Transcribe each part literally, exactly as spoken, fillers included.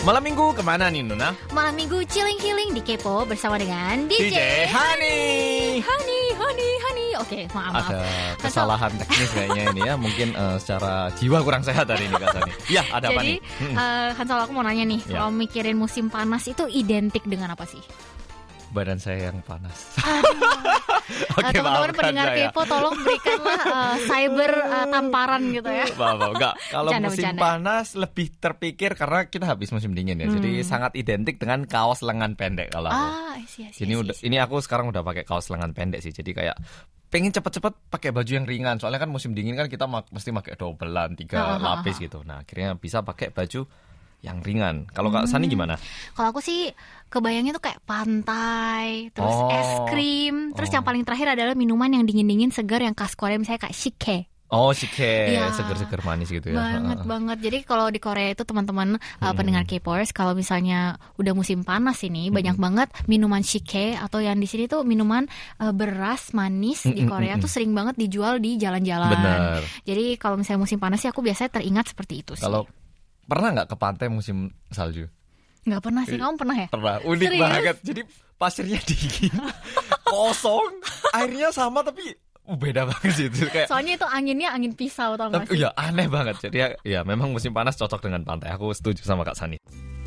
Malam minggu kemana nih Nuna? Malam minggu chilling healing di Kepo bersama dengan D J, D J Hani. Hani, Hani, Hani. Oke, maaf maaf. Ada kesalahan teknis kayaknya ini ya. Mungkin uh, secara jiwa kurang sehat hari ini Kak Sani. Ya, ada apa Jadi, nih? Jadi uh, Hansol aku mau nanya nih, Ya. kalau mikirin musim panas itu identik dengan apa sih? Badan saya yang panas. Uh, Oke, teman-teman maafkan pendengar saya. Kepo tolong berikanlah uh, cyber uh, tamparan gitu ya. Maaf, maaf. Enggak. Kalau Bercanda, musim bercanda. panas lebih terpikir karena kita habis musim dingin ya. Jadi Hmm. sangat identik dengan kaos lengan pendek kalau aku. Ah, I see, I see, Ini I see, udah I see. ini aku sekarang udah pakai kaos lengan pendek sih. Jadi kayak pengen cepet-cepet pakai baju yang ringan. Soalnya kan musim dingin kan kita mak- mesti pakai dobelan, tiga Ah, ah, ah, lapis ah. gitu. Nah, akhirnya bisa pakai baju yang ringan. Kalau Kak Sani gimana? Kalau aku sih kebayangnya tuh kayak pantai, terus Oh. es krim, terus Oh. yang paling terakhir adalah minuman yang dingin-dingin segar yang khas Korea, misalnya kayak shike. Oh, shike, Iya. seger-seger manis gitu ya. Banget Heeh. banget. Jadi kalau di Korea itu teman-teman uh, pendengar K-popers, kalau misalnya udah musim panas ini banyak banget minuman shike atau yang di sini tuh minuman uh, beras manis di Mm-mm, Korea mm-mm. tuh sering banget dijual di jalan-jalan. Bener. Jadi kalau misalnya musim panas sih aku biasanya teringat seperti itu sih. Kalau pernah nggak ke pantai musim salju? Nggak pernah sih, kamu pernah ya? Pernah, unik Serius? banget. Jadi pasirnya dingin, kosong, airnya sama tapi uh, beda banget sih itu kayak. Soalnya itu anginnya angin pisau tau gak Tapi sih? ya aneh banget. Jadi ya, ya memang musim panas cocok dengan pantai. Aku setuju sama Kak Sani.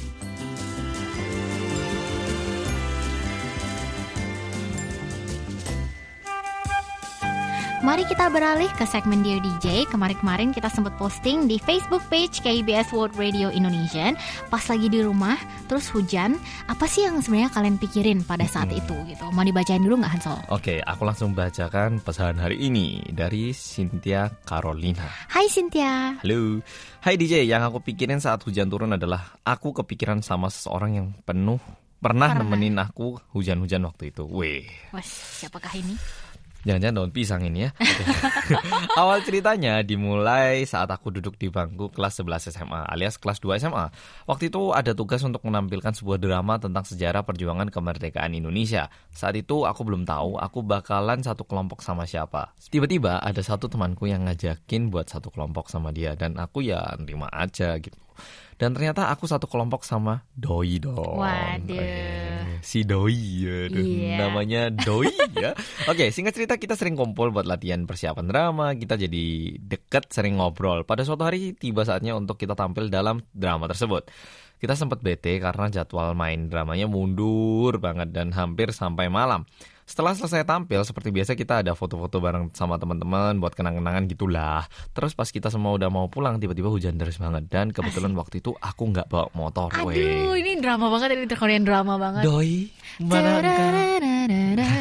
Mari kita beralih ke segmen Dear D J. Kemarin-kemarin kita sempat posting di Facebook page K B S World Radio Indonesia. Pas lagi di rumah, terus hujan, apa sih yang sebenarnya kalian pikirin pada saat itu gitu? Mau dibacain dulu nggak Hansol? Oke, aku langsung bacakan pesan hari ini dari Cynthia Carolina. Hai Cynthia. Halo. Hai D J, yang aku pikirin saat hujan turun adalah aku kepikiran sama seseorang yang penuh pernah, Pernah. nemenin aku hujan-hujan waktu itu. Weh. Wes, siapakah ini? Jangan-jangan daun pisang ini ya. Oke. Awal ceritanya dimulai saat aku duduk di bangku kelas sebelas S M A alias kelas dua S M A. Waktu itu ada tugas untuk menampilkan sebuah drama tentang sejarah perjuangan kemerdekaan Indonesia. Saat itu aku belum tahu aku bakalan satu kelompok sama siapa. Tiba-tiba ada satu temanku yang ngajakin buat satu kelompok sama dia dan aku ya nerima aja gitu. Dan ternyata aku satu kelompok sama Doi dong. Waduh. Eh, si Doi ya, aduh, Iya. namanya Doi ya. Oke, singkat cerita kita sering kumpul buat latihan persiapan drama. Kita jadi deket, sering ngobrol. Pada suatu hari tiba saatnya untuk kita tampil dalam drama tersebut. Kita sempat bete karena jadwal main dramanya mundur banget dan hampir sampai malam. Setelah selesai tampil, seperti biasa kita ada foto-foto bareng sama teman-teman buat kenang-kenangan gitulah. Terus pas kita semua udah mau pulang, tiba-tiba hujan deras banget. Dan kebetulan waktu itu aku nggak bawa motor. Aduh, weh. ini drama banget, ini Korean drama banget. Doi, mana engkau?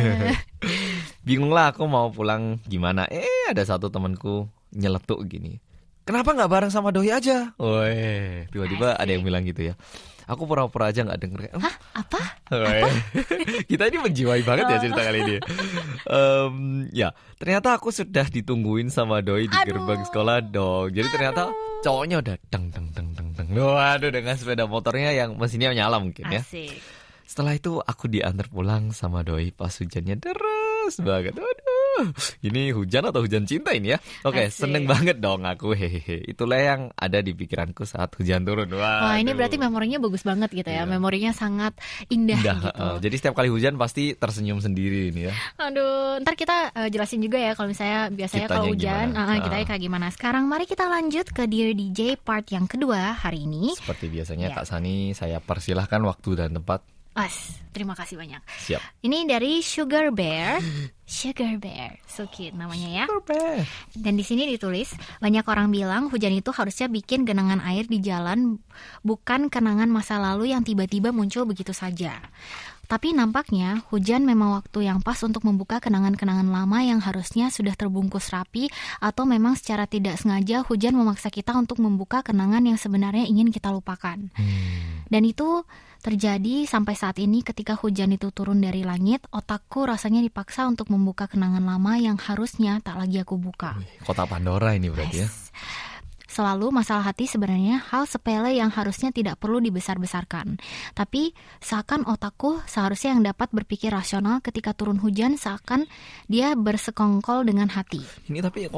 Bingung lah aku mau pulang gimana. Eh ada satu temanku nyeletuk gini. Kenapa nggak bareng sama Doi aja? Woi, tiba-tiba ada yang bilang gitu ya. Aku pura-pura aja nggak denger. Kayak, Hah? Apa? Woi. Kita ini menjiwai banget ya cerita kali ini. Em, ya, ternyata aku sudah ditungguin sama Doi di Aduh. gerbang sekolah dong. Jadi ternyata cowoknya udah deng deng deng deng deng. Waduh, dengan sepeda motornya yang mesinnya nyala mungkin ya. Asik. Setelah itu aku diantar pulang sama Doi pas hujannya deras banget. Waduh, ini hujan atau hujan cinta ini ya? Oke, Asik. seneng banget dong aku. Hehehe. Itulah yang ada di pikiranku saat hujan turun. Wah, ini Waduh. berarti memorinya bagus banget gitu ya. Iya. Memorinya sangat indah, Indah, gitu. uh, jadi setiap kali hujan pasti tersenyum sendiri ini ya. Aduh, ntar kita uh, jelasin juga ya kalau misalnya biasanya Kitanya kalau hujan, gimana? uh, kita Ah. kayak gimana. Sekarang mari kita lanjut ke Dear D J part yang kedua hari ini. Seperti biasanya Iya. Kak Sani, saya persilahkan waktu dan tempat. As, terima kasih banyak. Siap. Ini dari Sugar Bear. Sugar Bear, so cute namanya ya. Dan di sini ditulis, banyak orang bilang hujan itu harusnya bikin genangan air di jalan, bukan kenangan masa lalu yang tiba-tiba muncul begitu saja. Tapi nampaknya hujan memang waktu yang pas untuk membuka kenangan-kenangan lama yang harusnya sudah terbungkus rapi, atau memang secara tidak sengaja hujan memaksa kita untuk membuka kenangan yang sebenarnya ingin kita lupakan. Hmm. Dan itu terjadi sampai saat ini ketika hujan itu turun dari langit, otakku rasanya dipaksa untuk membuka kenangan lama yang harusnya tak lagi aku buka. Wih, kota Pandora ini berarti ya. Yes. Selalu masalah hati sebenarnya hal sepele yang harusnya tidak perlu dibesar-besarkan. Tapi seakan otakku seharusnya yang dapat berpikir rasional ketika turun hujan, seakan dia bersekongkol dengan hati. Ini tapi kok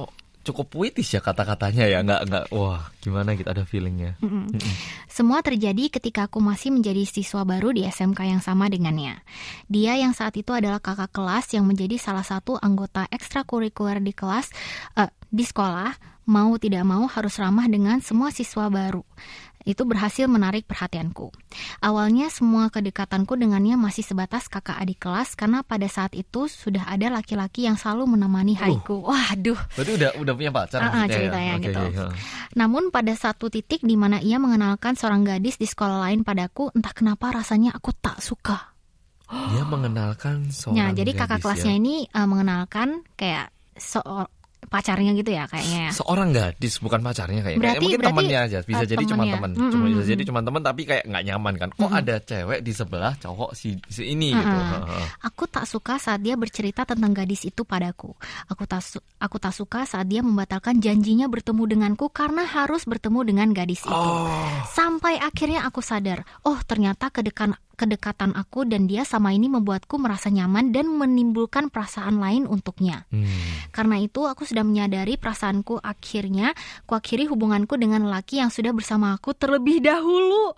cukup puitis ya kata-katanya ya, nggak nggak wah gimana gitu, ada feelingnya. Mm-mm. Mm-mm. Semua terjadi ketika aku masih menjadi siswa baru di S M K yang sama dengannya. Dia yang saat itu adalah kakak kelas yang menjadi salah satu anggota ekstrakurikuler di kelas, uh, di sekolah, mau tidak mau harus ramah dengan semua siswa baru. Itu berhasil menarik perhatianku. Awalnya semua kedekatanku dengannya masih sebatas kakak adik kelas karena pada saat itu sudah ada laki-laki yang selalu menemani hariku. Uh, Waduh. Berarti udah udah punya pacar uh, uh, ceritanya ya? gitu. Okay, okay. Namun pada satu titik di mana ia mengenalkan seorang gadis di sekolah lain padaku, entah kenapa rasanya aku tak suka. Dia mengenalkan seorang Nah, jadi gadis, kakak kelasnya ya? ini uh, mengenalkan kayak so pacarnya gitu ya kayaknya. Seorang gadis bukan pacarnya kayaknya. Berarti, kayak mungkin berarti, temannya aja, bisa uh, jadi cuma temennya. teman, Mm-hmm. cuma bisa jadi cuma teman tapi kayak nggak nyaman kan. Kok mm-hmm. ada cewek di sebelah cowok si, si ini mm-hmm. gitu. Aku tak suka saat dia bercerita tentang gadis itu padaku. Aku tak su- aku tak suka saat dia membatalkan janjinya bertemu denganku karena harus bertemu dengan gadis itu. Oh. Sampai akhirnya aku sadar, oh ternyata kedekatan kedekatan aku dan dia sama ini membuatku merasa nyaman dan menimbulkan perasaan lain untuknya. Hmm. Karena itu aku sudah menyadari perasaanku, akhirnya ku akhiri hubunganku dengan lelaki yang sudah bersama aku terlebih dahulu.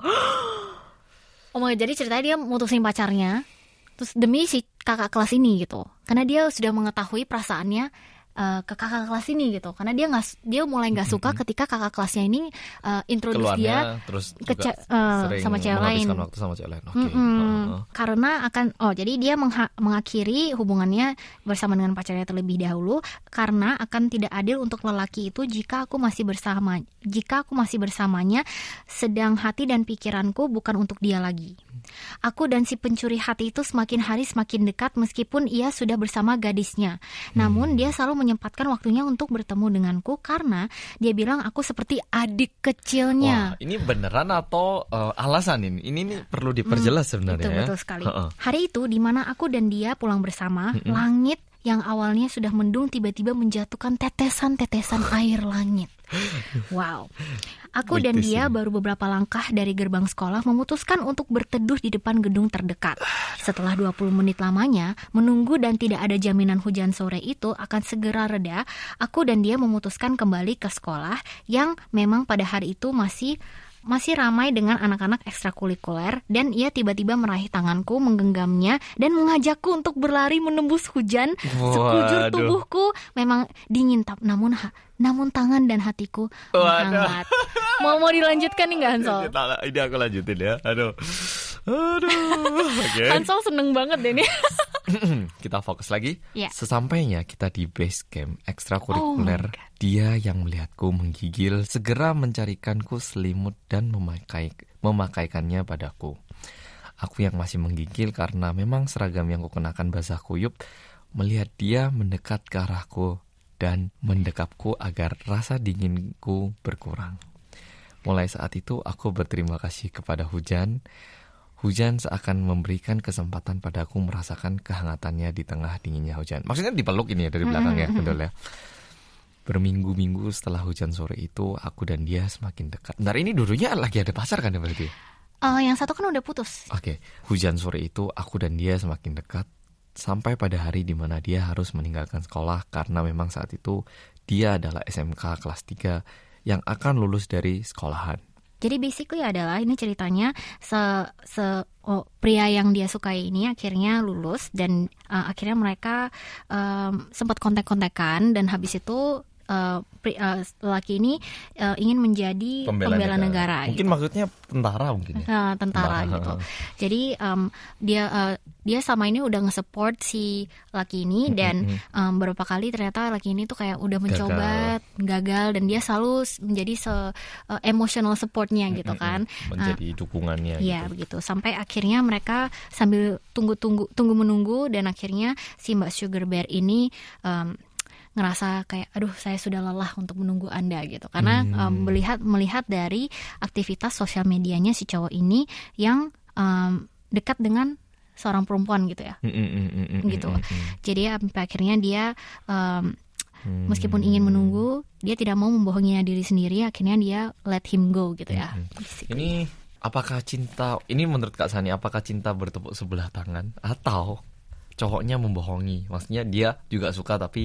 Oh my God, jadi ceritanya dia mutusin pacarnya terus demi si kakak kelas ini gitu. Karena dia sudah mengetahui perasaannya Uh, ke kakak kelas ini gitu, karena dia nggak dia mulai nggak suka mm-hmm. ketika kakak kelasnya ini uh, introduce keluarnya, dia terus ke ce- uh, sama cewek lain. Waktu sama cewek lain. Okay. Mm-hmm. Uh-huh. Karena akan oh jadi dia mengha- mengakhiri hubungannya bersama dengan pacarnya terlebih dahulu karena akan tidak adil untuk lelaki itu jika aku masih bersama jika aku masih bersamanya, sedang hati dan pikiranku bukan untuk dia lagi. Aku dan si pencuri hati itu semakin hari semakin dekat meskipun ia sudah bersama gadisnya. Namun hmm. dia selalu menyempatkan waktunya untuk bertemu denganku karena dia bilang aku seperti adik kecilnya. Wah, ini beneran atau uh, alasan ini? Ini, ini perlu diperjelas hmm, sebenarnya. Itu ya? betul sekali. Uh-uh. Hari itu di mana aku dan dia pulang bersama, uh-uh. langit yang awalnya sudah mendung tiba-tiba menjatuhkan tetesan-tetesan air langit. Wow. Aku dan dia baru beberapa langkah dari gerbang sekolah memutuskan untuk berteduh di depan gedung terdekat. Setelah dua puluh menit lamanya, menunggu dan tidak ada jaminan hujan sore itu akan segera reda, aku dan dia memutuskan kembali ke sekolah yang memang pada hari itu masih masih ramai dengan anak-anak ekstrakurikuler, dan ia tiba-tiba meraih tanganku, menggenggamnya dan mengajakku untuk berlari menembus hujan. Waduh. Sekujur tubuhku memang dingin, namun namun tangan dan hatiku hangat. Mau mau dilanjutkan nih nggak Hansol? Ini aku lanjutin ya. Aduh. Aduh. Okay. Hansol seneng banget deh nih. Kita fokus lagi. Yeah. Sesampainya kita di base camp ekstrakurikuler, oh dia yang melihatku menggigil segera mencarikanku selimut dan memakai memakaikannya padaku. Aku yang masih menggigil karena memang seragam yang kukenakan basah kuyup, melihat dia mendekat ke arahku dan mendekapku agar rasa dinginku berkurang. Mulai saat itu aku berterima kasih kepada hujan. Hujan seakan memberikan kesempatan padaku merasakan kehangatannya di tengah dinginnya hujan. Maksudnya dipeluk ini ya dari belakang ya, betul ya. Berminggu-minggu setelah hujan sore itu, aku dan dia semakin dekat. Bentar, ini dulunya lagi ada pacar kan ya berarti? Uh, yang satu kan udah putus. Oke, okay. Hujan sore itu aku dan dia semakin dekat. Sampai pada hari di mana dia harus meninggalkan sekolah karena memang saat itu dia adalah S M K kelas tiga yang akan lulus dari sekolahan. Jadi basically adalah ini ceritanya se, se oh, pria yang dia sukai ini akhirnya lulus dan uh, akhirnya mereka um, sempat kontak-kontakan dan habis itu Uh, pri, uh, lelaki ini uh, ingin menjadi pembela, pembela negara. negara mungkin gitu. Maksudnya tentara mungkin ya. Uh, tentara, tentara gitu. Jadi um, dia uh, dia sama ini udah nge-support si laki ini mm-hmm. dan um, beberapa kali ternyata laki ini tuh kayak udah mencoba gagal, gagal dan dia selalu menjadi se uh, emotional supportnya gitu kan. Menjadi uh, dukungannya. Iya gitu. begitu. Sampai akhirnya mereka sambil tunggu-tunggu tunggu menunggu dan akhirnya si Mbak Sugar Bear ini um, ngerasa kayak aduh saya sudah lelah untuk menunggu Anda gitu karena hmm. um, melihat melihat dari aktivitas sosial medianya si cowok ini yang um, dekat dengan seorang perempuan gitu ya mm, mm, mm, mm, gitu mm, mm. Jadi sampai akhirnya dia um, hmm. meskipun ingin menunggu dia tidak mau membohongi diri sendiri, akhirnya dia let him go gitu ya. mm, Ini apakah cinta ini menurut Kak Sani, apakah cinta bertepuk sebelah tangan atau cowoknya membohongi? Maksudnya dia juga suka tapi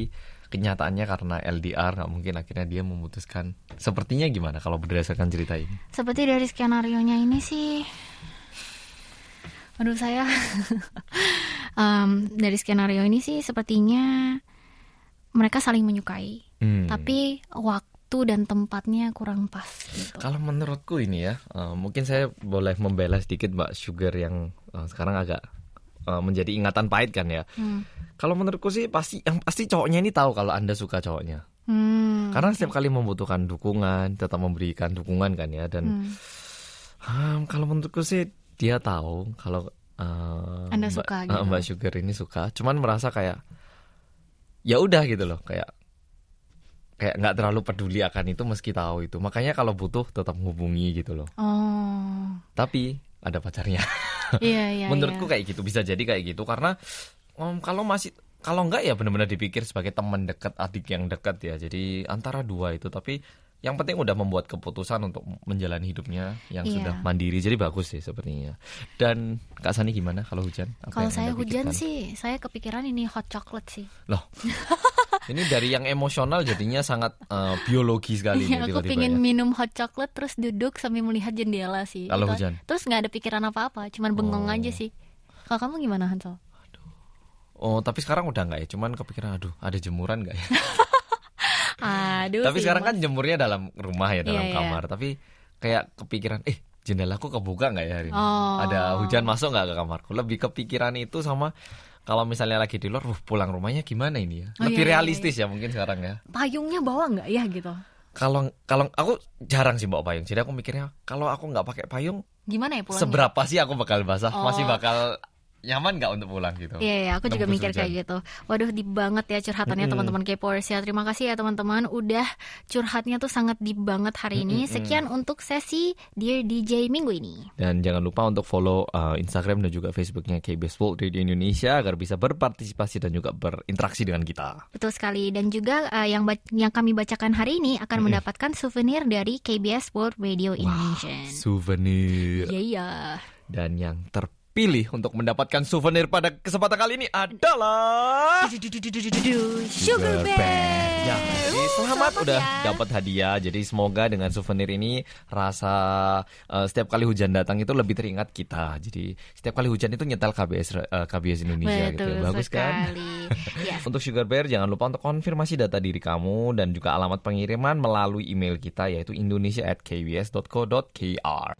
kenyataannya karena L D R nggak mungkin, akhirnya dia memutuskan. Sepertinya gimana kalau berdasarkan cerita ini? Seperti dari skenario-nya ini sih, aduh saya um, dari skenario ini sih sepertinya mereka saling menyukai, hmm. tapi waktu dan tempatnya kurang pas gitu. Kalau menurutku ini ya, uh, mungkin saya boleh membela sedikit Mbak Sugar yang uh, sekarang agak uh, menjadi ingatan pahit kan ya. Hmm. Kalau menurutku sih pasti yang pasti cowoknya ini tahu kalau Anda suka cowoknya. Hmm, Karena okay. setiap kali membutuhkan dukungan, tetap memberikan dukungan kan ya. Dan hmm. um, kalau menurutku sih dia tahu kalau uh, Anda Mbak, suka uh, gitu. Mbak Sugar ini suka, cuman merasa kayak ya udah gitu loh, kayak kayak nggak terlalu peduli akan itu meski tahu itu. Makanya kalau butuh tetap hubungi gitu loh. Oh. Tapi ada pacarnya. Iya iya. Menurutku iya. kayak gitu, bisa jadi kayak gitu karena um, kalau masih kalau enggak ya benar-benar dipikir sebagai teman dekat, adik yang dekat ya. Jadi antara dua itu, tapi yang penting udah membuat keputusan untuk menjalani hidupnya yang iya. sudah mandiri. Jadi bagus sih sepertinya. Dan Kak Sani gimana kalau hujan? Kalau saya hujan sih, saya kepikiran ini hot chocolate sih. Loh. Ini dari yang emosional jadinya sangat uh, biologi sekali. Iya, nih, aku pengen ya. minum hot chocolate terus duduk sambil melihat jendela sih. Kalau gitu. hujan. Terus nggak ada pikiran apa-apa, cuman bengong oh. aja sih. Kalau kamu gimana, Hansel? Oh, tapi sekarang udah nggak ya? Cuman kepikiran, aduh, ada jemuran nggak ya? Aduh. Tapi sih, sekarang mas. kan jemurnya dalam rumah ya, dalam yeah, kamar. Yeah. Tapi kayak kepikiran, eh jendelaku kebuka nggak ya hari ini? Oh. Ada hujan masuk nggak ke kamarku? Lebih kepikiran itu sama kalau misalnya lagi di luar, uh, pulang rumahnya gimana ini ya? Lebih oh, iya, realistis iya, iya. ya mungkin sekarang ya. Payungnya bawa nggak ya gitu? Kalau kalau aku jarang sih bawa payung. Jadi aku mikirnya kalau aku nggak pakai payung, gimana ya pulangnya? Seberapa sih aku bakal basah? Oh. Masih bakal nyaman nggak untuk pulang gitu? Iya, iya, aku juga Tembus mikir hujan. kayak gitu. Waduh, deep banget ya curhatannya mm-hmm. teman-teman K-popers ya. Terima kasih ya teman-teman, udah curhatnya tuh sangat deep banget hari ini. Mm-hmm. Sekian untuk sesi Dear D J minggu ini. Dan jangan lupa untuk follow uh, Instagram dan juga Facebooknya K B S World Radio Indonesia agar bisa berpartisipasi dan juga berinteraksi dengan kita. Betul sekali. Dan juga uh, yang ba- yang kami bacakan hari ini akan mm-hmm. mendapatkan souvenir dari K B S World Radio Indonesia. Wah, souvenir. Iya, iya. Dan yang ter Pilih untuk mendapatkan souvenir pada kesempatan kali ini adalah Sugar Bear. Ya, jadi selamat udah dapat hadiah. Jadi semoga dengan souvenir ini rasa uh, setiap kali hujan datang itu lebih teringat kita. Jadi setiap kali hujan itu nyetel K B S uh, K B S Indonesia. Betul gitu. Bagus sekali. Kan? Yes. Untuk Sugar Bear jangan lupa untuk konfirmasi data diri kamu dan juga alamat pengiriman melalui email kita yaitu indonesia at k b s dot co dot k r.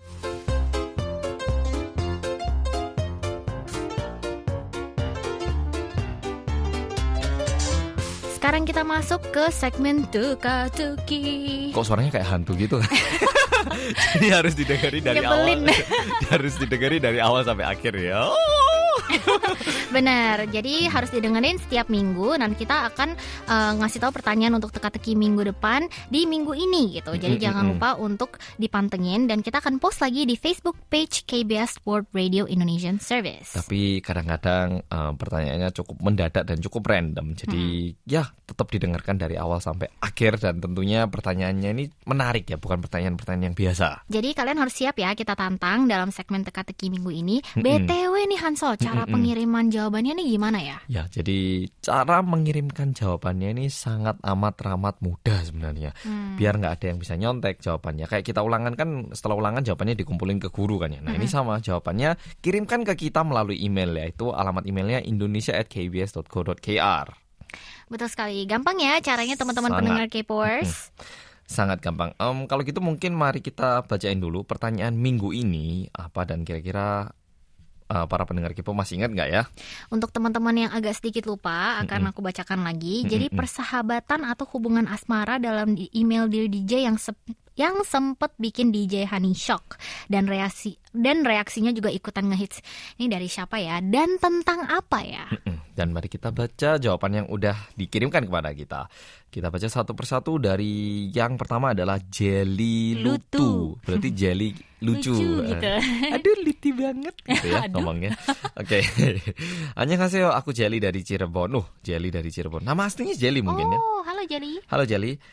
Sekarang kita masuk ke segmen teka-teki. Kok suaranya kayak hantu gitu? Jadi harus didengari dari Nyebelin. awal. Harus didengari dari awal sampai akhir ya. Benar, jadi harus didengerin setiap minggu. Dan kita akan uh, ngasih tahu pertanyaan untuk teka-teki minggu depan di minggu ini gitu. Jadi mm-hmm. jangan lupa untuk dipantengin. Dan kita akan post lagi di Facebook page K B S World Radio Indonesian Service. Tapi kadang-kadang uh, pertanyaannya cukup mendadak dan cukup random. Jadi hmm. ya tetap didengarkan dari awal sampai akhir. Dan tentunya pertanyaannya ini menarik ya, bukan pertanyaan-pertanyaan yang biasa. Jadi kalian harus siap ya, kita tantang dalam segmen teka-teki minggu ini. Mm-mm. B T W nih Hansol, cara Mm-mm. pengiriman jawabannya nih gimana ya? Ya, jadi cara mengirimkan jawabannya ini sangat amat ramat mudah sebenarnya. Hmm. Biar nggak ada yang bisa nyontek jawabannya. Kayak kita ulangan kan, setelah ulangan jawabannya dikumpulin ke guru kan ya. Nah hmm. ini sama jawabannya, kirimkan ke kita melalui email yaitu alamat emailnya indonesia at k b s dot co dot k r. Betul sekali, gampang ya caranya teman-teman pendengar K-popers. Sangat gampang. Um, kalau gitu mungkin mari kita bacain dulu pertanyaan minggu ini apa dan kira-kira uh, para pendengar K-pop masih ingat nggak ya? Untuk teman-teman yang agak sedikit lupa akan Mm-mm. aku bacakan lagi. Mm-mm. Jadi persahabatan atau hubungan asmara dalam email Dear D J yang se- yang sempat bikin D J Honey shock dan reaksi dan reaksinya juga ikutan ngehits. Ini dari siapa ya? Dan tentang apa ya? Mm-mm. Dan mari kita baca jawaban yang udah dikirimkan kepada kita. Kita baca satu persatu. Dari yang pertama adalah Jelly Lutu. Berarti jelly lucu. Lucu gitu. Aduh lucu banget gitu ya ngomongnya. Oke. Annyeonghaseyo, aku Jelly dari Cirebon. Uh, Jelly dari Cirebon. Nama aslinya Jelly mungkin oh, ya. Oh, halo Jelly. Halo Jelly.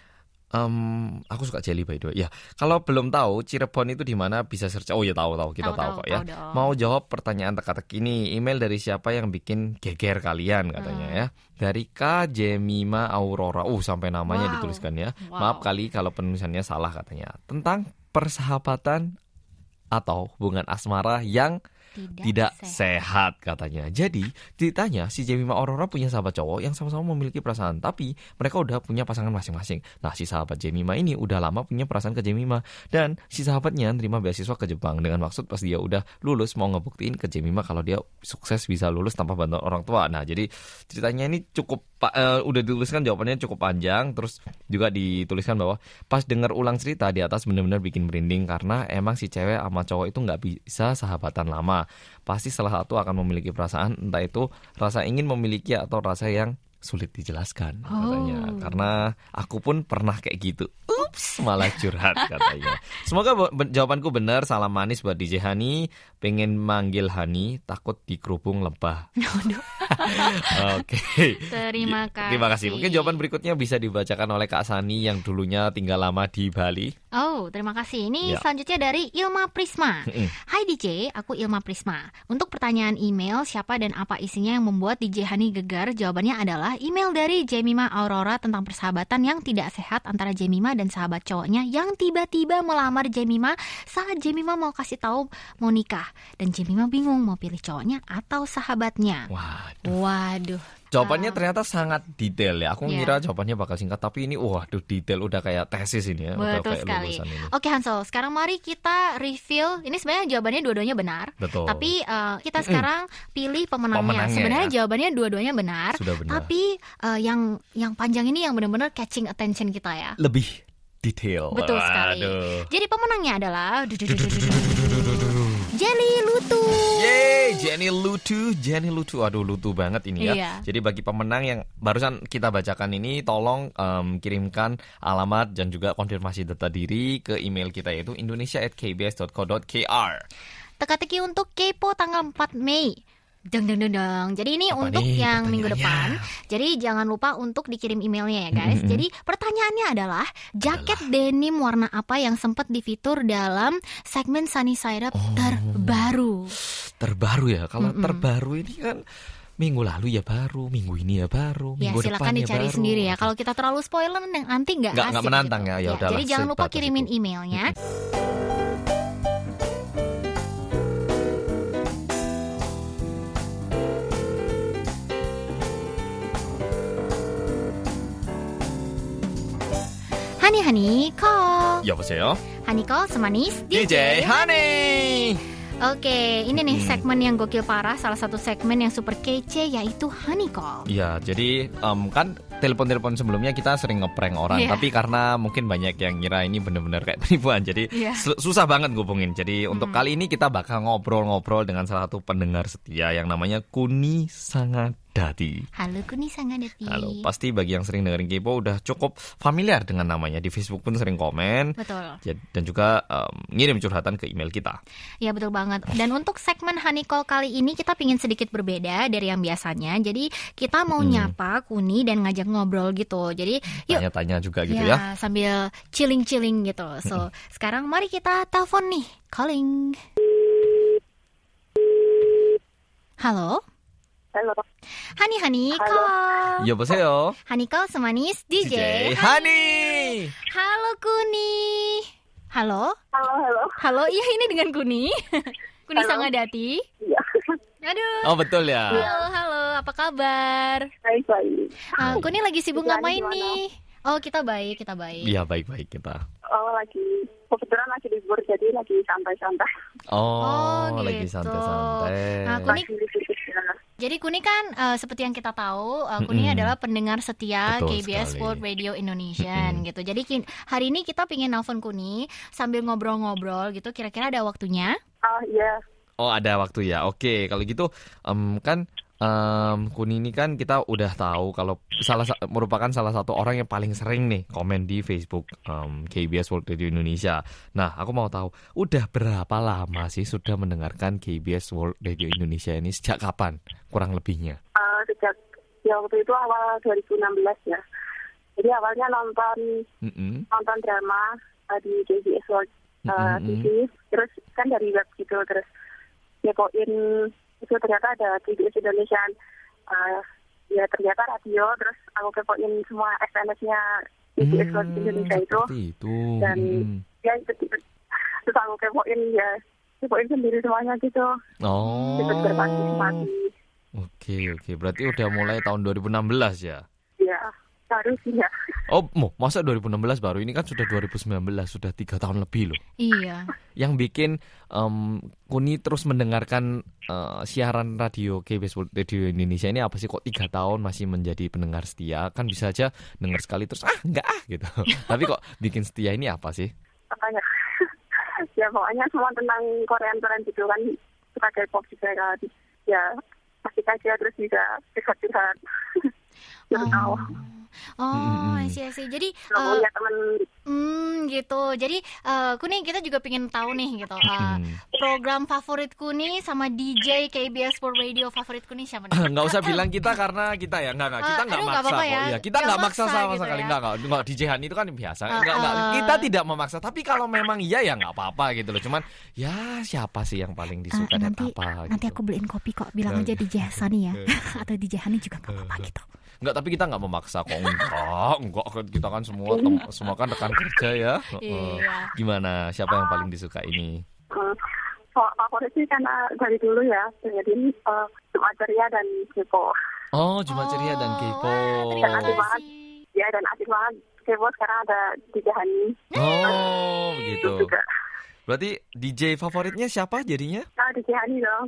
Um, aku suka jelly by the way. Ya, kalau belum tahu Cirebon itu di mana bisa search. Oh ya tahu tahu kita tahu, tahu, tahu kok ya. Tahu Mau jawab pertanyaan teka-teki ini, email dari siapa yang bikin geger kalian katanya hmm. ya. Dari K Jemima Aurora. Uh sampai namanya wow. dituliskan ya. Wow. Maaf kali kalau penulisannya salah katanya. Tentang persahabatan atau hubungan asmara yang Tidak, tidak sehat. sehat katanya. Jadi ditanya si Jemima Aurora punya sahabat cowok yang sama-sama memiliki perasaan, tapi mereka udah punya pasangan masing-masing. Nah si sahabat Jemima ini udah lama punya perasaan ke Jemima, dan si sahabatnya nerima beasiswa ke Jepang dengan maksud pas dia udah lulus mau ngebuktiin ke Jemima kalau dia sukses bisa lulus tanpa bantuan orang tua. Nah jadi ceritanya ini cukup uh, udah dituliskan jawabannya cukup panjang, terus juga dituliskan bahwa pas dengar ulang cerita di atas benar-benar bikin merinding karena emang si cewek sama cowok itu nggak bisa sahabatan lama. Pasti salah satu akan memiliki perasaan, entah itu rasa ingin memiliki atau rasa yang sulit dijelaskan katanya. Oh. Karena aku pun pernah kayak gitu. Ups, malah curhat katanya. Semoga be- jawabanku benar. Salam manis buat D J Hani. Pengen manggil Hani, takut dikerubung lebah. Oke. Okay. Terima kasih. Terima kasih. Mungkin jawaban berikutnya bisa dibacakan oleh Kak Sani yang dulunya tinggal lama di Bali. Oh, terima kasih. Ini ya. Selanjutnya dari Ilma Prisma. Hai D J, aku Ilma Prisma. Untuk pertanyaan email siapa dan apa isinya yang membuat D J Hani gegar, jawabannya adalah email dari Jemima Aurora tentang persahabatan yang tidak sehat antara Jemima dan sahabat cowoknya yang tiba-tiba melamar Jemima saat Jemima mau kasih tahu mau nikah, dan Jemima bingung mau pilih cowoknya atau sahabatnya. Waduh. Waduh. Jawabannya ternyata sangat detail ya. Aku yeah. ngira jawabannya bakal singkat, tapi ini waduh detail, udah kayak tesis ini ya. Betul udah kayak sekali. Oke Hansel, sekarang mari kita reveal. Ini sebenarnya jawabannya dua-duanya benar. Betul. Tapi uh, kita sekarang pilih pemenangnya. pemenangnya sebenarnya ya. jawabannya dua-duanya benar. Sudah benar. Tapi uh, yang yang panjang ini yang benar-benar catching attention kita ya. Lebih detail. Betul sekali. Aduh. Jadi pemenangnya adalah Jelly Lutu. Yeay, Jenny Lutu, Jenny Lutu. Aduh, lutu banget ini ya. Iya. Jadi bagi pemenang yang barusan kita bacakan ini, tolong um, kirimkan alamat dan juga konfirmasi data diri ke email kita yaitu indonesia at k b s dot co dot k r. Teka-teki untuk Kepo tanggal empat Mei. Deng deng deng deng. Jadi ini Apa untuk nih, yang minggu depan. Jadi jangan lupa untuk dikirim emailnya ya guys. Mm-hmm. Jadi pertanyaannya adalah jaket adalah. denim warna apa yang sempat difitur dalam segmen Sunny Side Up oh. terbaru. Terbaru ya. Kalau mm-hmm. terbaru ini kan minggu lalu ya baru, minggu ini ya baru, minggu ya, silakan depan dicari ya baru. sendiri ya. Kalau kita terlalu spoiler nanti nggak asik. Nggak menantang gitu. ya. Ya, ya udahlah, jadi jangan lupa kirimin itu. emailnya. Hani Hani call. 여보세요. Hani call semanis D J Hani. Oke, ini nih segmen yang gokil parah, salah satu segmen yang super kece yaitu Honey Call. Ya, jadi um, kan telepon-telepon sebelumnya kita sering ngeprank orang, yeah. tapi karena mungkin banyak yang ngira ini benar-benar kayak penipuan, jadi yeah. susah banget ngubungin. Jadi hmm. untuk kali ini kita bakal ngobrol-ngobrol dengan salah satu pendengar setia yang namanya Kuni Sangadati. Halo Kuni Sangadati. Halo, pasti bagi yang sering dengerin Kepo udah cukup familiar dengan namanya. Di Facebook pun sering komen. Betul. Dan juga um, ngirim curhatan ke email kita. Ya betul banget. Dan untuk segmen Honey Call kali ini kita pingin sedikit berbeda dari yang biasanya. Jadi kita mau hmm. nyapa Kuni dan ngajak ngobrol gitu. Jadi yuk tanya-tanya juga gitu ya, ya. Sambil chilling-chilling gitu. So sekarang mari kita telepon nih. Calling. Halo. Halo. Hani Hani call. 여보세요. Hani call semanis D J, D J Hani. Halo Kuni. Halo. Halo, halo. Halo, iya ini dengan Kuni. Kuni halo. Sangadati. Iya. Aduh. Oh betul ya. Halo, halo. Apa kabar? Baik, baik. Uh, Kuni lagi sibuk Kita ngapain nih? Oh, kita baik, kita baik. Iya, baik-baik kita. Oh, lagi kebetulan lagi libur jadi lagi santai-santai. Oh, oh gitu. lagi santai-santai. Nah, Kuni Jadi Kuni kan uh, seperti yang kita tahu, uh, Kuni mm-hmm. adalah pendengar setia Betul K B S sekali. World Radio Indonesia mm-hmm. gitu. Jadi hari ini kita pingin nelfon Kuni sambil ngobrol-ngobrol gitu. Kira-kira ada waktunya? Oh iya. Oh ada waktu ya. Oke, kalau gitu um, kan um, Kuni ini kan kita udah tahu kalau salah merupakan salah satu orang yang paling sering nih komen di Facebook um, K B S World Radio Indonesia. Nah, aku mau tahu udah berapa lama sih sudah mendengarkan K B S World Radio Indonesia ini, sejak kapan kurang lebihnya? Uh, sejak ya waktu itu awal dua ribu enam belas ya. Jadi awalnya nonton Mm-mm. nonton drama uh, di K B S World uh, Mm-mm. T V, terus kan dari web gitu, terus ngepoin itu ternyata ada K B S Indonesia, uh, ya ternyata radio, terus aku kepoin semua S M S-nya K B S World Hmm, Indonesia itu, seperti itu. dan Mm-mm. ya itu, terus aku kepoin ya kepoin sendiri semuanya gitu, Oh. ikut berpartisipasi. Oke, oke. Berarti udah mulai tahun dua ribu enam belas ya? Ya harus ya. Oh, mo, masa dua ribu enam belas baru? Ini kan sudah dua ribu sembilan belas, sudah tiga tahun lebih loh. Iya. Yang bikin um, Kuni terus mendengarkan uh, siaran radio K B S World Radio Indonesia ini apa sih? Kok tiga tahun masih menjadi pendengar setia? Kan bisa aja dengar sekali terus ah enggak ah gitu. Tapi kok bikin setia ini apa sih? Makanya ya pokoknya semua tentang Korean Korean gitu kan, suka K-pop juga kan. Ya pasti aja, terus bisa curhat-curhat. Terus tahu. Oh, Mm-mm. I see, I see. Jadi, Nggak eh, punya temen. hmm, gitu. Jadi, eh, Kuni kita juga pengen tahu nih gitu. eh, Hmm. program favorit Kuni sama D J K B S World Radio favorit Kuni siapa nih? Nggak usah bilang kita karena kita ya nggak nggak kita Ah, nggak aduh, nggak maksa apa-apa kok ya. ya kita Nggak nggak maksa maksa sama gitu sekali ya. nggak nggak nggak D J Han itu kan biasa Ah, nggak nggak ah. kita tidak memaksa tapi kalau memang iya ya nggak apa-apa gitu loh cuman ya siapa sih yang paling disuka Eh, dan nanti apa nanti gitu. aku beliin kopi kok. Bilang Nah, aja D J Hasani ya. eh. Atau D J Hani juga nggak apa-apa gitu. Nggak tapi kita nggak memaksa kok enggak enggak kita kan semua tem- semua kan rekan kerja ya. Heeh. Iya. Gimana siapa yang paling disuka ini? Hmm, so- favorit sih karena dari dulu ya dengerin uh, Jumat Ceria dan Kepo. Oh Jumat Ceria dan K-pop. Wah, terima Asik banget. kasih. Ya dan asik banget. Kepo sekarang ada di Jahani Oh begitu. juga. Berarti D J favoritnya siapa jadinya? Ah di Jahani dong.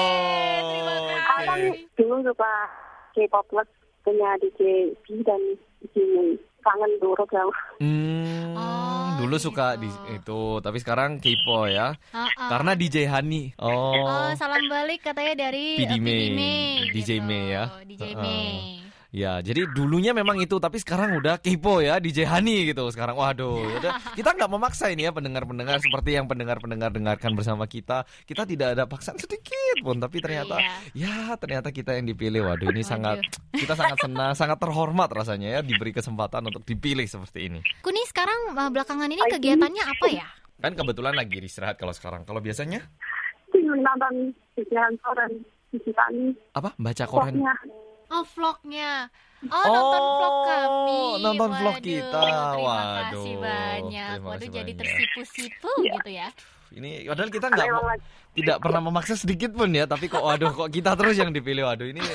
Oh terima kasih. Aku kan oke. dulu suka K-pop plus punya D J B dan D J Mei. Kangen dulu jauh. Hmm, Oh, dulu suka di gitu. itu, tapi sekarang K-pop ya. Ah, ah. Karena D J Hani. Oh, Oh. salam balik katanya dari P D eh, Mei. Mei, D J Mei ya. D J Uh-uh. Mei. Ya, jadi dulunya memang itu, tapi sekarang udah K-pop ya, D J Hani gitu. Sekarang waduh, udah kita nggak memaksa ini ya pendengar-pendengar seperti yang pendengar-pendengar dengarkan bersama kita. Kita tidak ada paksaan sedikit pun, tapi ternyata Iya. ya ternyata kita yang dipilih. Waduh, ini Waduh. sangat kita sangat senang, sangat terhormat rasanya ya diberi kesempatan untuk dipilih seperti ini. Kuni sekarang eh, belakangan ini kegiatannya apa ya? Kan kebetulan lagi istirahat kalau sekarang. Kalau biasanya Tinggal nonton di Jalan dan di Citani. apa? Baca koran. Pokoknya Oh, vlognya. Oh, nonton vlog kami. nonton vlog Waduh, kita. Terima Waduh. kasih banyak. Terima Waduh, kasih jadi banyak. tersipu-sipu gitu ya. Ini padahal kita nggak memang mau- lagi- tidak pernah memaksa sedikit pun ya, tapi kok waduh kok kita terus yang dipilih. Waduh ini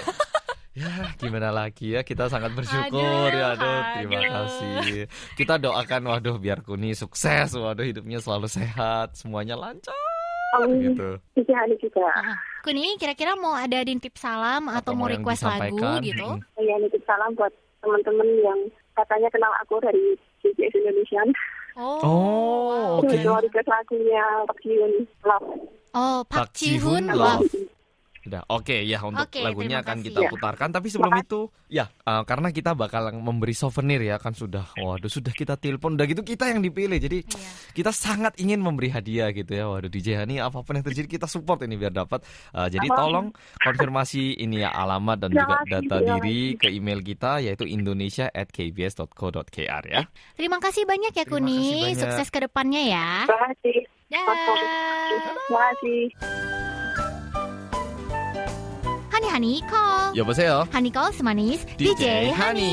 ya gimana lagi ya, kita sangat bersyukur Aduh, ya. Aduh, terima aduh. kasih. Kita doakan waduh biar Kuni sukses, waduh hidupnya selalu sehat, semuanya lancar Amin. gitu. di Jahani juga. Ah, Kuni kira-kira mau ada tip salam atau, mau yang request lagu disampaikan. gitu? Mm-mm. Ya nitip salam buat teman-teman yang katanya kenal aku dari K B S Indonesia. Oh. Oh, oke. Itu request lagunya Pak Jiun Love. Oh, Park Park Ji-hoon, Ji-hoon Love. Love. Udah, oke ya untuk Oke, lagunya terima akan kasih. kita Ya. putarkan. Tapi sebelum itu, ya uh, karena kita bakal memberi souvenir ya kan sudah, waduh sudah kita telepon, udah gitu kita yang dipilih. Jadi Iya. kita sangat ingin memberi hadiah gitu ya. Waduh D J Hani apapun yang terjadi kita support ini biar dapat. Uh, jadi Apa? tolong konfirmasi ini ya alamat dan Terima juga kasih, data terima diri ke email kita yaitu indonesia at k b s dot co dot k r ya. Terima kasih banyak ya Terima kasih Kuni. banyak. Sukses ke depannya ya. Terima kasih. Dah. Terima kasih. Hani Hani call. 여보세요. Hani call semanis D D J J Hani. Hani.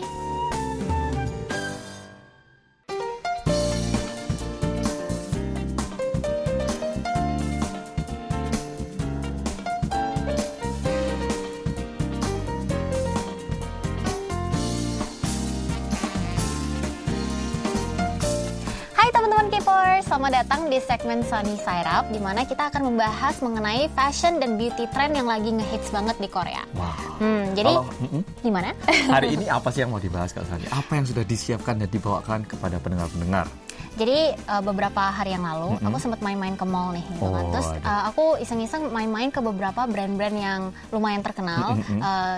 Hai teman-teman K-popers, selamat datang di segmen Sunny Side Up di mana kita akan membahas mengenai fashion dan beauty trend yang lagi ngehits banget di Korea. Wah. Hmm, jadi Kalau mm-mm. gimana? hari ini apa sih yang mau dibahas Kak Sani? Apa yang sudah disiapkan dan dibawakan kepada pendengar-pendengar? Jadi uh, beberapa hari yang lalu Mm-mm. aku sempat main-main ke mall nih, gitu kan. Oh, Terus aduh. uh, aku iseng-iseng main-main ke beberapa brand-brand yang lumayan terkenal. Mm-mm. Uh,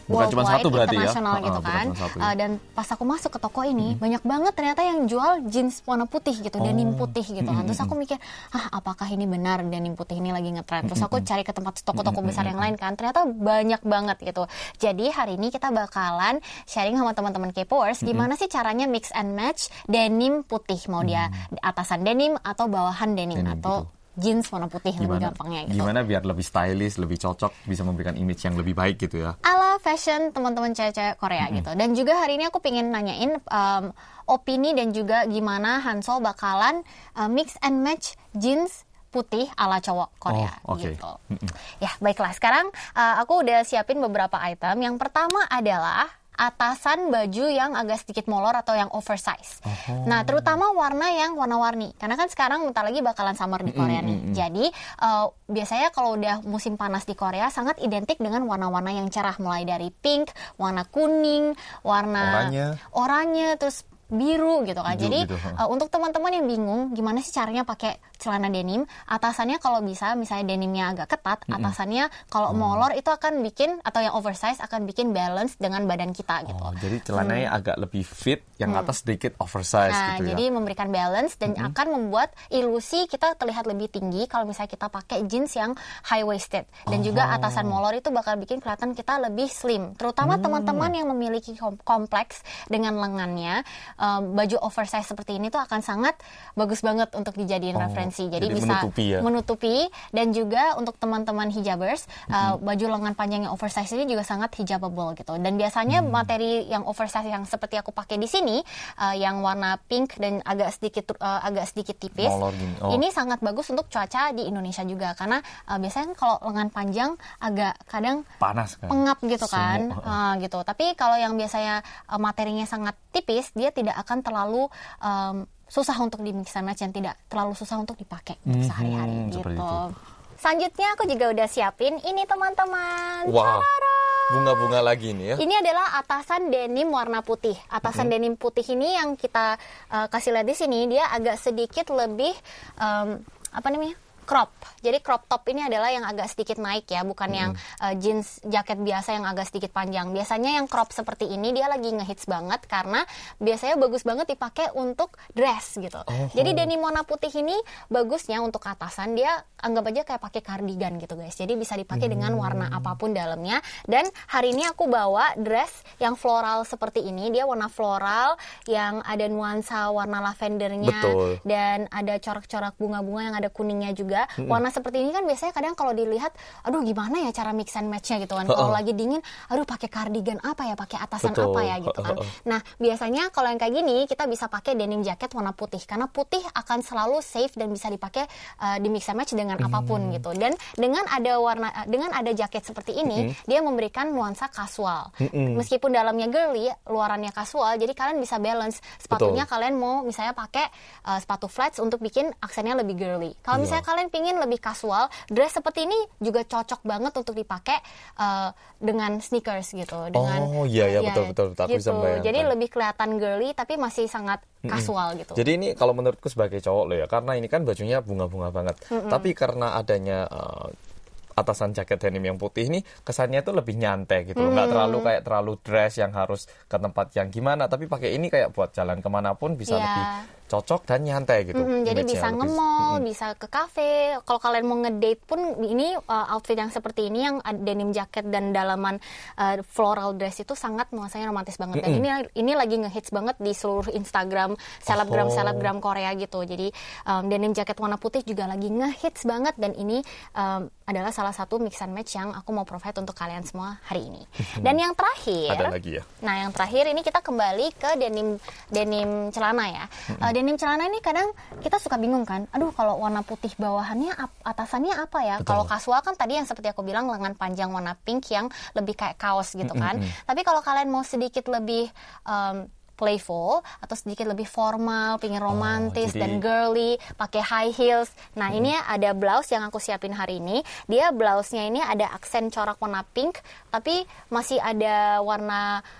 Bukan cuma satu berarti ya? internasional Uh, gitu bukan kan. cuma satu, ya. Uh, dan pas aku masuk ke toko ini, hmm. banyak banget ternyata yang jual jeans warna putih gitu, Oh. denim putih gitu kan. Hmm. Terus aku mikir, ah apakah ini benar denim putih ini lagi ngetren? Terus aku cari ke tempat toko-toko besar yang lain kan, ternyata banyak banget gitu. Jadi hari ini kita bakalan sharing sama teman-teman K-popers gimana sih caranya mix and match denim putih, mau dia atasan denim atau bawahan denim, Denim, atau gitu. jeans warna putih lebih Gimana, gampangnya gitu. gimana biar lebih stylish, lebih cocok, bisa memberikan image yang lebih baik gitu ya. Ala fashion teman-teman cewek-cewek Korea mm-hmm. gitu. Dan juga hari ini aku pengen nanyain um, opini dan juga gimana Hansol bakalan uh, mix and match jeans putih ala cowok Korea oh, okay. gitu. Mm-hmm. Ya baiklah, sekarang uh, aku udah siapin beberapa item. Yang pertama adalah atasan baju yang agak sedikit molor atau yang oversize. Oh. Nah, terutama warna yang warna-warni. Karena kan sekarang bentar lagi bakalan summer di Korea nih. Mm-hmm. Jadi, uh, biasanya kalau udah musim panas di Korea sangat identik dengan warna-warna yang cerah. Mulai dari pink, warna kuning, warna oranye, oranye terus biru gitu kan. Biru, Jadi gitu, huh? uh, untuk teman-teman yang bingung gimana sih caranya pakai celana denim, atasannya kalau bisa misalnya denimnya agak ketat, mm-hmm. atasannya kalau oh. molor itu akan bikin, atau yang oversize akan bikin balance dengan badan kita gitu. Oh, jadi celananya hmm. agak lebih fit, yang hmm. atas sedikit oversize nah, gitu ya. Jadi memberikan balance dan mm-hmm. akan membuat ilusi kita terlihat lebih tinggi kalau misalnya kita pakai jeans yang high waisted. Dan oh. juga atasan molor itu bakal bikin kelihatan kita lebih slim. Terutama hmm. teman-teman yang memiliki kompleks dengan lengannya, um, baju oversize seperti ini tuh akan sangat bagus banget untuk dijadiin oh. referensi. Jadi, Jadi bisa menutupi, ya? menutupi. Dan juga untuk teman-teman hijabers, mm-hmm. uh, baju lengan panjang yang oversize ini juga sangat hijabable gitu. Dan biasanya mm. materi yang oversize yang seperti aku pakai di sini, uh, yang warna pink dan agak sedikit uh, agak sedikit tipis, oh. ini sangat bagus untuk cuaca di Indonesia juga. Karena uh, biasanya kalau lengan panjang agak kadang panas kan, pengap gitu kan, uh, uh, gitu. Tapi kalau yang biasanya uh, materinya sangat tipis, dia tidak akan terlalu um, susah untuk di mix and match, yang tidak terlalu susah untuk dipakai mm-hmm, sehari-hari gitu. Selanjutnya aku juga udah siapin ini teman-teman. Wow. Bunga-bunga lagi nih ya. Ini adalah atasan denim warna putih. Atasan mm-hmm. denim putih ini yang kita uh, kasih lihat di sini, dia agak sedikit lebih um, apa namanya? crop. Jadi crop top ini adalah yang agak sedikit naik ya, bukan hmm. yang uh, jeans jaket biasa yang agak sedikit panjang. Biasanya yang crop seperti ini dia lagi ngehits banget karena biasanya bagus banget dipakai untuk dress gitu. Oh. Jadi denim warna putih ini bagusnya untuk atasan, dia anggap aja kayak pakai cardigan gitu guys. Jadi bisa dipakai hmm. dengan warna apapun dalamnya. Dan hari ini aku bawa dress yang floral seperti ini. Dia warna floral yang ada nuansa warna lavendernya. Betul. Dan ada corak-corak bunga-bunga yang ada kuningnya juga. Warna seperti ini kan biasanya kadang kalau dilihat, aduh gimana ya cara mix and match-nya gitu kan. Kalau lagi dingin, aduh pakai cardigan apa ya, pakai atasan Betul. apa ya gitu kan. Nah, biasanya kalau yang kayak gini kita bisa pakai denim jacket warna putih karena putih akan selalu safe dan bisa dipakai uh, di mix and match dengan apapun hmm. gitu. Dan dengan ada warna dengan ada jaket seperti ini, hmm. dia memberikan nuansa kasual. Hmm. Meskipun dalamnya girly, luarannya kasual, jadi kalian bisa balance. Sepatunya Betul. Kalian mau misalnya pakai uh, sepatu flats untuk bikin aksennya lebih girly. Kalau misalnya kalian pingin lebih kasual, dress seperti ini juga cocok banget untuk dipakai uh, dengan sneakers gitu. Dengan, oh iya ya, ya betul betul betul. Aku gitu. bisa membayangkan. Jadi lebih kelihatan girly tapi masih sangat kasual mm-hmm. gitu. Jadi ini kalau menurutku sebagai cowok loh ya, karena ini kan bajunya bunga-bunga banget. Mm-hmm. Tapi karena adanya uh, atasan jaket denim yang putih ini kesannya tuh lebih nyantai gitu, nggak hmm. terlalu kayak terlalu dress yang harus ke tempat yang gimana, tapi pakai ini kayak buat jalan kemanapun bisa yeah. lebih cocok dan nyantai gitu. Mm-hmm, jadi bisa nge-mall, mm-hmm. bisa ke kafe. Kalau kalian mau ngedate pun ini uh, outfit yang seperti ini yang denim jacket dan dalaman uh, floral dress itu sangat nuansanya romantis banget. Mm-hmm. Dan ini ini lagi ngehits banget di seluruh Instagram selebgram selebgram oh. Korea gitu. Jadi um, denim jacket warna putih juga lagi ngehits banget, dan ini um, adalah salah satu mix and match yang aku mau provide untuk kalian semua hari ini. Dan yang terakhir, ada lagi ya. Nah, yang terakhir ini kita kembali ke denim denim celana ya. Mm-hmm. Uh, denim celana ini kadang kita suka bingung kan. Aduh, kalau warna putih bawahannya atasannya apa ya? Kalau kasual kan tadi yang seperti aku bilang lengan panjang warna pink yang lebih kayak kaos gitu kan. Mm-hmm. Tapi kalau kalian mau sedikit lebih um, playful atau sedikit lebih formal, pingin romantis oh, jadi... dan girly, pakai high heels. Nah, hmm. ini ada blouse yang aku siapin hari ini. Dia blouse-nya ini ada aksen corak warna pink, tapi masih ada warna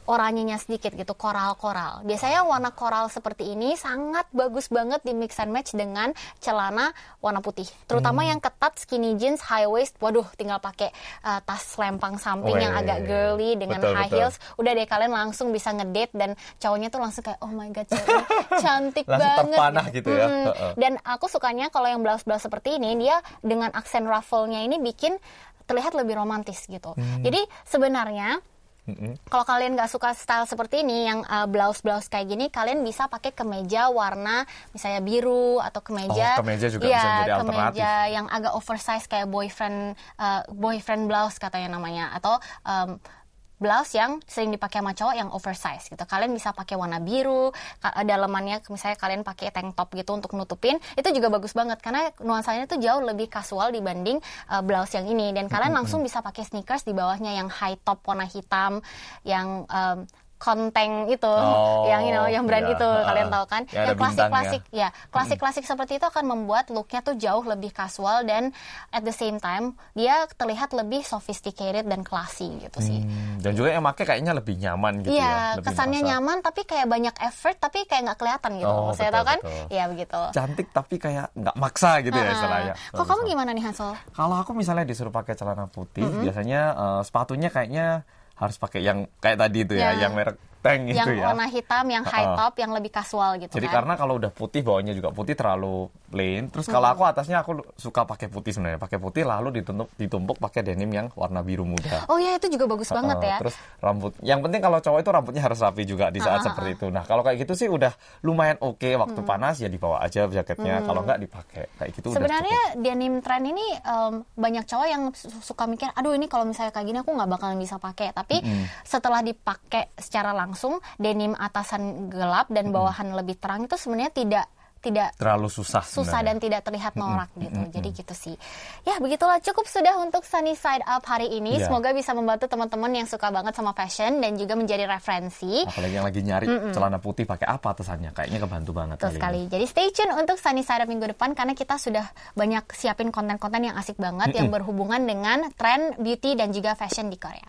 oranyenya sedikit gitu, koral-koral. Biasanya warna koral seperti ini sangat bagus banget di mix and match dengan celana warna putih. Terutama hmm. yang ketat, skinny jeans, high waist. Waduh, tinggal pakai uh, tas lempang samping Wee. yang agak girly dengan betul, high betul. heels. Udah deh, kalian langsung bisa ngedate dan cowoknya tuh langsung kayak, oh my god, cewek cantik langsung banget. terpanah gitu, gitu ya. Hmm. Dan aku sukanya kalau yang blouse-blouse seperti ini, dia dengan aksen ruffle-nya ini bikin terlihat lebih romantis gitu. Hmm. Jadi sebenarnya Mm-hmm. kalau kalian nggak suka style seperti ini yang uh, blouse-blouse kayak gini, kalian bisa pakai kemeja warna misalnya biru atau kemeja, oh, kemeja juga ya, bisa jadi alternatif. Kemeja yang agak oversize kayak boyfriend uh, boyfriend blouse katanya namanya, atau um, blouse yang sering dipakai sama cowok yang oversize gitu. Kalian bisa pakai warna biru, dalamannya misalnya kalian pakai tank top gitu untuk nutupin, itu juga bagus banget karena nuansanya itu jauh lebih casual dibanding uh, blouse yang ini. Dan kalian langsung bisa pakai sneakers di bawahnya yang high top warna hitam, yang um, konteng itu, oh, yang you know, yang brand ya, itu uh, kalian tahu kan, ya, yang klasik-klasik, ya, klasik-klasik seperti itu akan membuat looknya tuh jauh lebih casual dan at the same time dia terlihat lebih sophisticated dan classy gitu sih. Hmm, dan juga yang pakai kayaknya lebih nyaman gitu ya. ya. Kesannya merasa. nyaman tapi kayak banyak effort tapi kayak nggak kelihatan gitu. Oh, saya tahu kan, betul. ya begitu. Cantik tapi kayak nggak maksa gitu uh-huh. ya istilahnya. Kok kamu gimana nih Hansol? Kalau aku misalnya disuruh pakai celana putih, mm-hmm. biasanya uh, sepatunya kayaknya harus pakai yang kayak tadi itu ya, ya yang merek tank yang itu ya. Yang warna hitam, yang high uh-uh. top, yang lebih casual gitu. Jadi kan. Karena kalau udah putih, bawahnya juga putih terlalu plain. Terus kalau hmm. aku atasnya aku suka pakai putih sebenarnya. Pakai putih lalu ditumpuk, ditumpuk pakai denim yang warna biru muda. Oh ya, itu juga bagus uh-uh. banget ya. Terus rambut. Yang penting kalau cowok itu rambutnya harus rapi juga di saat uh-uh. seperti itu. Nah kalau kayak gitu sih udah lumayan oke. Okay. Waktu hmm. panas ya dibawa aja jaketnya. Hmm. Kalau nggak dipakai. Kayak gitu sebenarnya udah cukup. Denim trend ini um, banyak cowok yang suka mikir, aduh ini kalau misalnya kayak gini aku nggak bakalan bisa pakai. Tapi hmm. setelah dipakai secara langsung, denim atasan gelap dan bawahan mm-hmm. lebih terang itu sebenarnya tidak tidak terlalu susah susah sebenarnya. Dan tidak terlihat norak mm-hmm. gitu. Mm-hmm. Jadi gitu sih. Ya begitulah, cukup sudah untuk Sunny Side Up hari ini. Yeah. Semoga bisa membantu teman-teman yang suka banget sama fashion dan juga menjadi referensi. Apalagi yang lagi nyari mm-hmm. celana putih pakai apa atasannya, kayaknya kebantu banget. Betul sekali. Ini. Jadi stay tune untuk Sunny Side Up minggu depan karena kita sudah banyak siapin konten-konten yang asik banget mm-hmm. yang berhubungan dengan tren beauty dan juga fashion di Korea.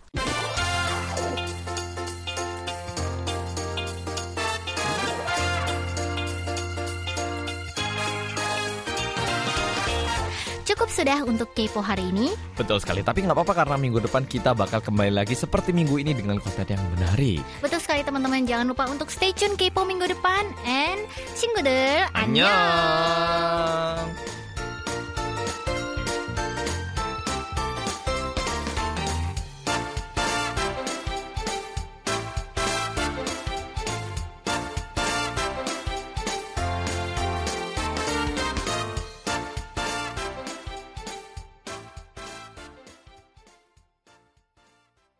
Cukup sudah untuk Kepo hari ini. Betul sekali, tapi nggak apa-apa karena minggu depan kita bakal kembali lagi seperti minggu ini dengan konten yang menarik. Betul sekali teman-teman, jangan lupa untuk stay tune Kepo minggu depan. And 친구들, 안녕.